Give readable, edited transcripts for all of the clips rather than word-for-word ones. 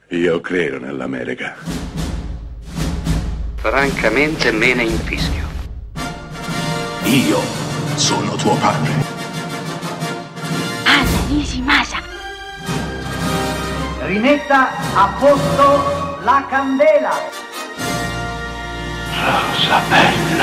Io credo nell'America. Francamente me ne infischio. Io sono tuo padre. Anna Nishimasa. Rimetta a posto la candela. Rosa bella.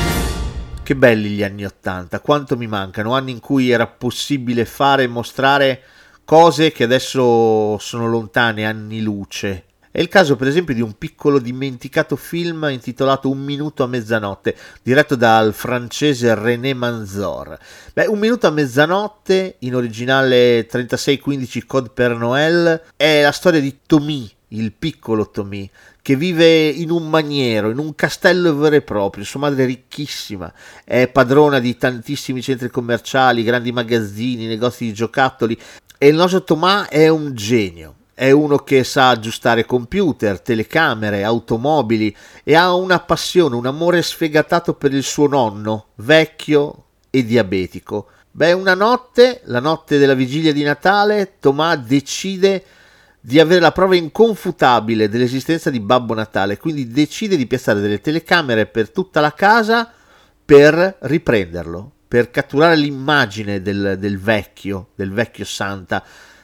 Che belli gli anni '80, quanto mi mancano, anni in cui era possibile fare e mostrare cose che adesso sono lontane anni luce. È il caso per esempio di un piccolo dimenticato film intitolato Un minuto a mezzanotte, diretto dal francese René Manzor. Un minuto a mezzanotte, in originale 3615 Code per Noël, è la storia di Tommy, il piccolo Tommy, che vive in un maniero, in un castello vero e proprio. Sua madre è ricchissima, è padrona di tantissimi centri commerciali, grandi magazzini, negozi di giocattoli, e il nostro Tomà è un genio. È uno che sa aggiustare computer, telecamere, automobili e ha una passione, un amore sfegatato per il suo nonno, vecchio e diabetico. Una notte, la notte della vigilia di Natale, Tomà decide di avere la prova inconfutabile dell'esistenza di Babbo Natale, quindi decide di piazzare delle telecamere per tutta la casa per riprenderlo, per catturare l'immagine del vecchio Santa,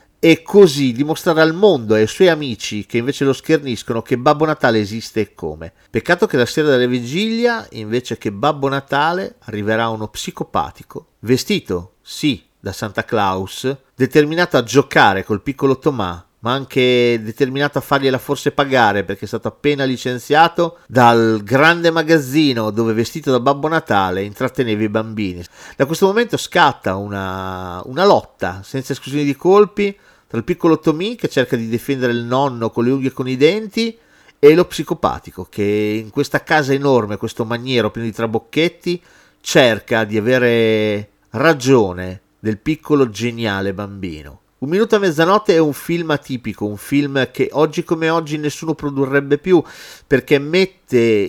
e così dimostrare al mondo e ai suoi amici, che invece lo scherniscono, che Babbo Natale esiste e come. Peccato che la sera della vigilia, invece che Babbo Natale, arriverà uno psicopatico, vestito, sì, da Santa Claus, determinato a giocare col piccolo Tomà, ma anche determinato a fargliela forse pagare, perché è stato appena licenziato dal grande magazzino dove, vestito da Babbo Natale, intratteneva i bambini. Da questo momento scatta una lotta senza esclusione di colpi tra il piccolo Tommy, che cerca di difendere il nonno con le unghie e con i denti, e lo psicopatico, che in questa casa enorme, questo maniero pieno di trabocchetti, cerca di avere ragione del piccolo geniale bambino. Un minuto a mezzanotte è un film atipico, un film che oggi come oggi nessuno produrrebbe più, perché mette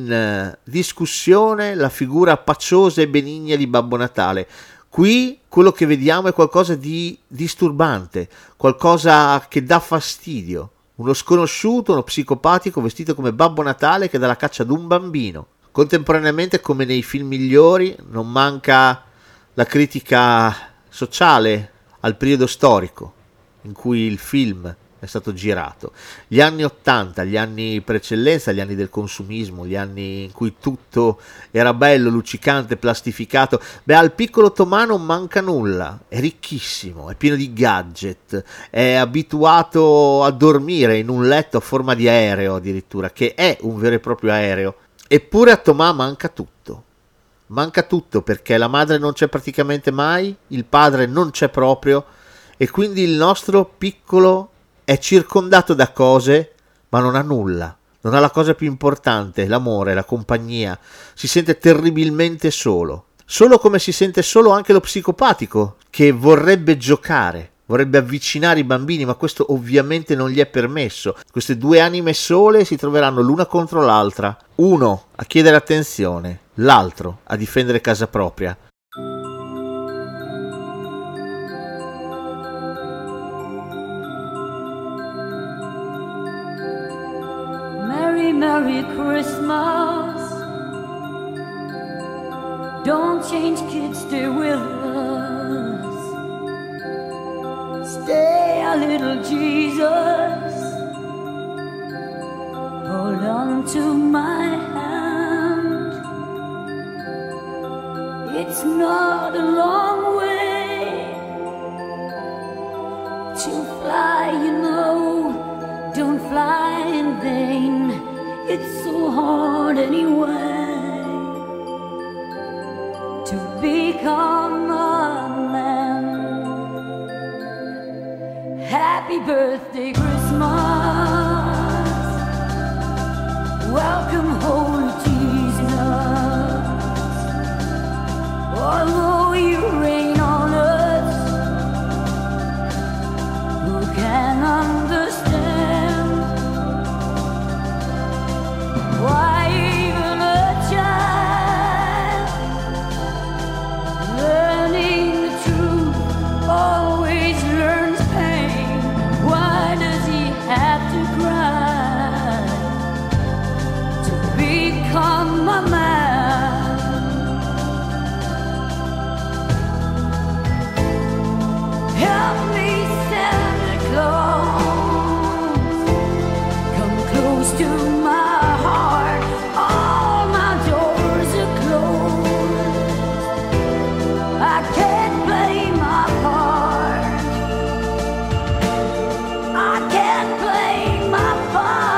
in discussione la figura paciosa e benigna di Babbo Natale. Qui quello che vediamo è qualcosa di disturbante, qualcosa che dà fastidio. Uno sconosciuto, uno psicopatico vestito come Babbo Natale che dà la caccia ad un bambino. Contemporaneamente, come nei film migliori, non manca la critica sociale al periodo storico in cui il film è stato girato. Gli anni '80, gli anni per eccellenza, gli anni del consumismo, gli anni in cui tutto era bello, luccicante, plastificato. Al piccolo Tomà non manca nulla, è ricchissimo, è pieno di gadget, è abituato a dormire in un letto a forma di aereo addirittura, che è un vero e proprio aereo. Eppure a Tomà manca tutto. Manca tutto, perché la madre non c'è praticamente mai, il padre non c'è proprio, e quindi il nostro piccolo è circondato da cose, ma non ha nulla. Non ha la cosa più importante, l'amore, la compagnia. Si sente terribilmente solo. Solo come si sente solo anche lo psicopatico, che vorrebbe giocare, vorrebbe avvicinare i bambini, ma questo ovviamente non gli è permesso. Queste due anime sole si troveranno l'una contro l'altra, uno a chiedere attenzione, l'altro a difendere casa propria. Merry, Merry Christmas. Don't change, kids, stay with us. Stay a little, Jesus. Hold on to my hand. It's not a long way to fly, you know. Don't fly in vain. It's so hard anyway to become a man. Happy birthday, Christmas. Welcome home, Jesus. Although you rain on us, who can understand why even a child learning the truth always learns pain? Why does to my heart. All my doors are closed. I can't play my part. I can't play my part.